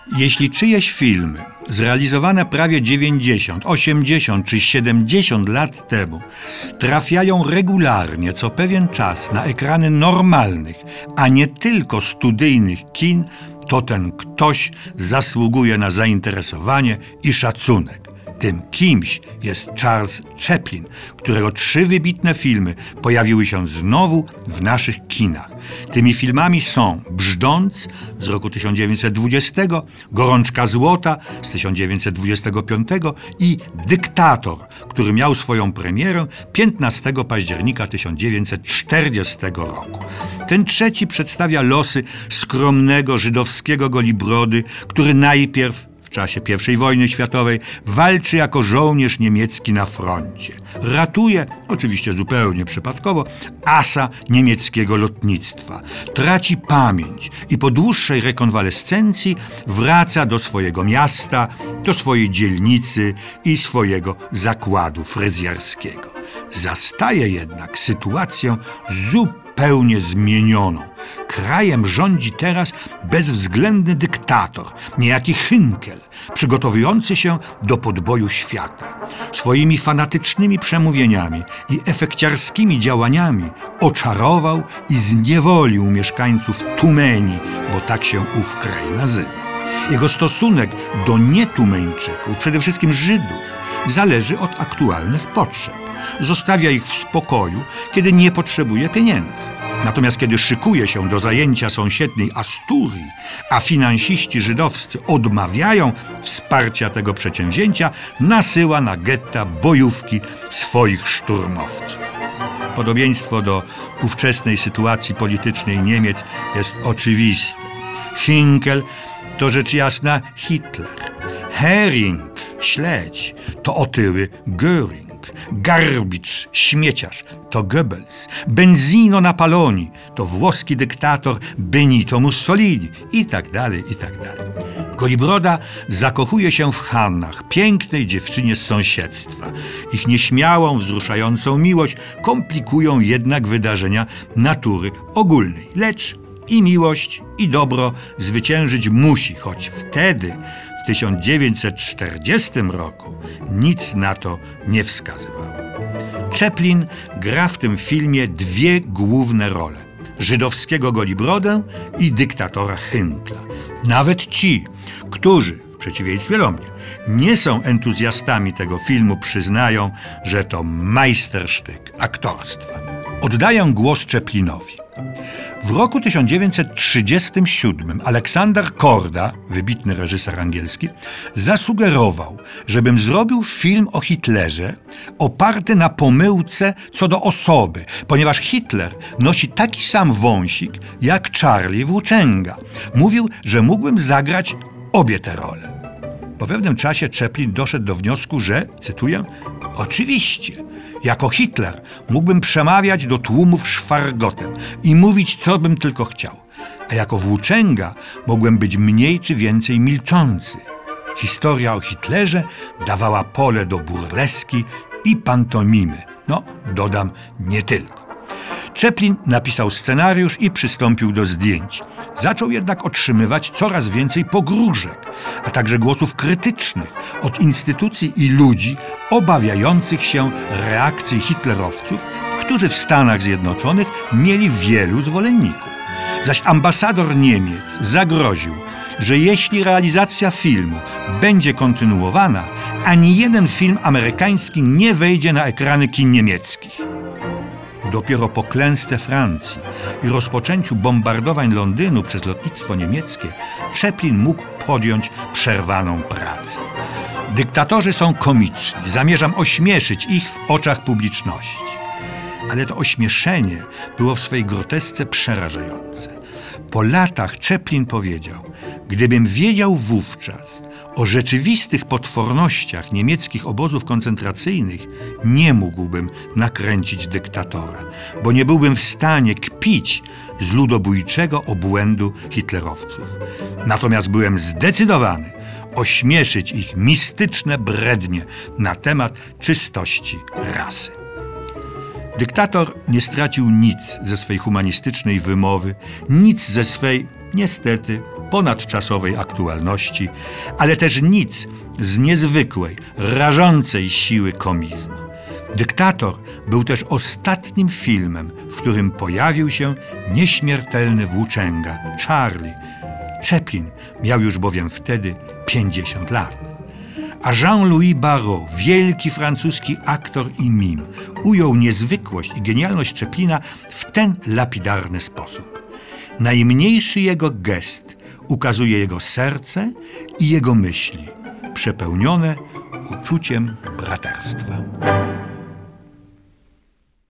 Jeśli czyjeś filmy, zrealizowane prawie 90, 80 czy 70 lat temu, trafiają regularnie co pewien czas na ekrany normalnych, a nie tylko studyjnych kin, to ten ktoś zasługuje na zainteresowanie i szacunek. Tym kimś jest Charles Chaplin, którego 3 wybitne filmy pojawiły się znowu w naszych kinach. Tymi filmami są Brzdąc z roku 1920, Gorączka złota z 1925 i Dyktator, który miał swoją premierę 15 października 1940 roku. Ten trzeci przedstawia losy skromnego żydowskiego Golibrody, który najpierw w czasie I wojny światowej walczy jako żołnierz niemiecki na froncie. Ratuje, oczywiście zupełnie przypadkowo, asa niemieckiego lotnictwa. Traci pamięć i po dłuższej rekonwalescencji wraca do swojego miasta, do swojej dzielnicy i swojego zakładu fryzjerskiego. Zastaje jednak sytuację zupełnie zmienioną. Krajem rządzi teraz bezwzględny dyktator, niejaki Hynkel, przygotowujący się do podboju świata. Swoimi fanatycznymi przemówieniami i efekciarskimi działaniami oczarował i zniewolił mieszkańców Tumeni, bo tak się ów kraj nazywa. Jego stosunek do nietumeńczyków, przede wszystkim Żydów, zależy od aktualnych potrzeb. Zostawia ich w spokoju, kiedy nie potrzebuje pieniędzy. Natomiast kiedy szykuje się do zajęcia sąsiedniej Asturii, a finansiści żydowscy odmawiają wsparcia tego przedsięwzięcia, nasyła na getta bojówki swoich szturmowców. Podobieństwo do ówczesnej sytuacji politycznej Niemiec jest oczywiste. Hynkel to rzecz jasna Hitler. Hering, śledź, to otyły Göring. Garbicz, śmieciarz, to Goebbels. Benzino na Paloni, to włoski dyktator Benito Mussolini i tak dalej, i tak dalej. Golibroda zakochuje się w Hannach, pięknej dziewczynie z sąsiedztwa. Ich nieśmiałą, wzruszającą miłość komplikują jednak wydarzenia natury ogólnej. Lecz i miłość, i dobro zwyciężyć musi, choć wtedy, w 1940 roku, nic na to nie wskazywało. Chaplin gra w tym filmie 2 główne role: żydowskiego Golibrodę i dyktatora Hynkla. Nawet ci, którzy, w przeciwieństwie do mnie, nie są entuzjastami tego filmu, przyznają, że to majstersztyk aktorstwa. Oddaję głos Chaplinowi. W roku 1937 Aleksander Korda, wybitny reżyser angielski, zasugerował, żebym zrobił film o Hitlerze oparty na pomyłce co do osoby, ponieważ Hitler nosi taki sam wąsik jak Charlie Włóczęga. Mówił, że mógłbym zagrać obie te role. Po pewnym czasie Chaplin doszedł do wniosku, że, cytuję, oczywiście, jako Hitler mógłbym przemawiać do tłumów szwargotem i mówić, co bym tylko chciał, a jako Włóczęga mogłem być mniej czy więcej milczący. Historia o Hitlerze dawała pole do burleski i pantomimy. No, dodam, nie tylko. Chaplin napisał scenariusz i przystąpił do zdjęć. Zaczął jednak otrzymywać coraz więcej pogróżek, a także głosów krytycznych od instytucji i ludzi obawiających się reakcji hitlerowców, którzy w Stanach Zjednoczonych mieli wielu zwolenników. Zaś ambasador Niemiec zagroził, że jeśli realizacja filmu będzie kontynuowana, ani jeden film amerykański nie wejdzie na ekrany kin niemieckich. Dopiero po klęsce Francji i rozpoczęciu bombardowań Londynu przez lotnictwo niemieckie Chaplin mógł podjąć przerwaną pracę. Dyktatorzy są komiczni, zamierzam ośmieszyć ich w oczach publiczności. Ale to ośmieszenie było w swej grotesce przerażające. Po latach Chaplin powiedział: gdybym wiedział wówczas o rzeczywistych potwornościach niemieckich obozów koncentracyjnych, nie mógłbym nakręcić dyktatora, bo nie byłbym w stanie kpić z ludobójczego obłędu hitlerowców. Natomiast byłem zdecydowany ośmieszyć ich mistyczne brednie na temat czystości rasy. Dyktator nie stracił nic ze swej humanistycznej wymowy, nic ze swej, niestety, ponadczasowej aktualności, ale też nic z niezwykłej, rażącej siły komizmu. Dyktator był też ostatnim filmem, w którym pojawił się nieśmiertelny włóczęga Charlie. Chaplin miał już bowiem wtedy 50 lat. A Jean-Louis Barrault, wielki francuski aktor i mim, ujął niezwykłość i genialność Chaplina w ten lapidarny sposób. Najmniejszy jego gest ukazuje jego serce i jego myśli, przepełnione uczuciem braterstwa.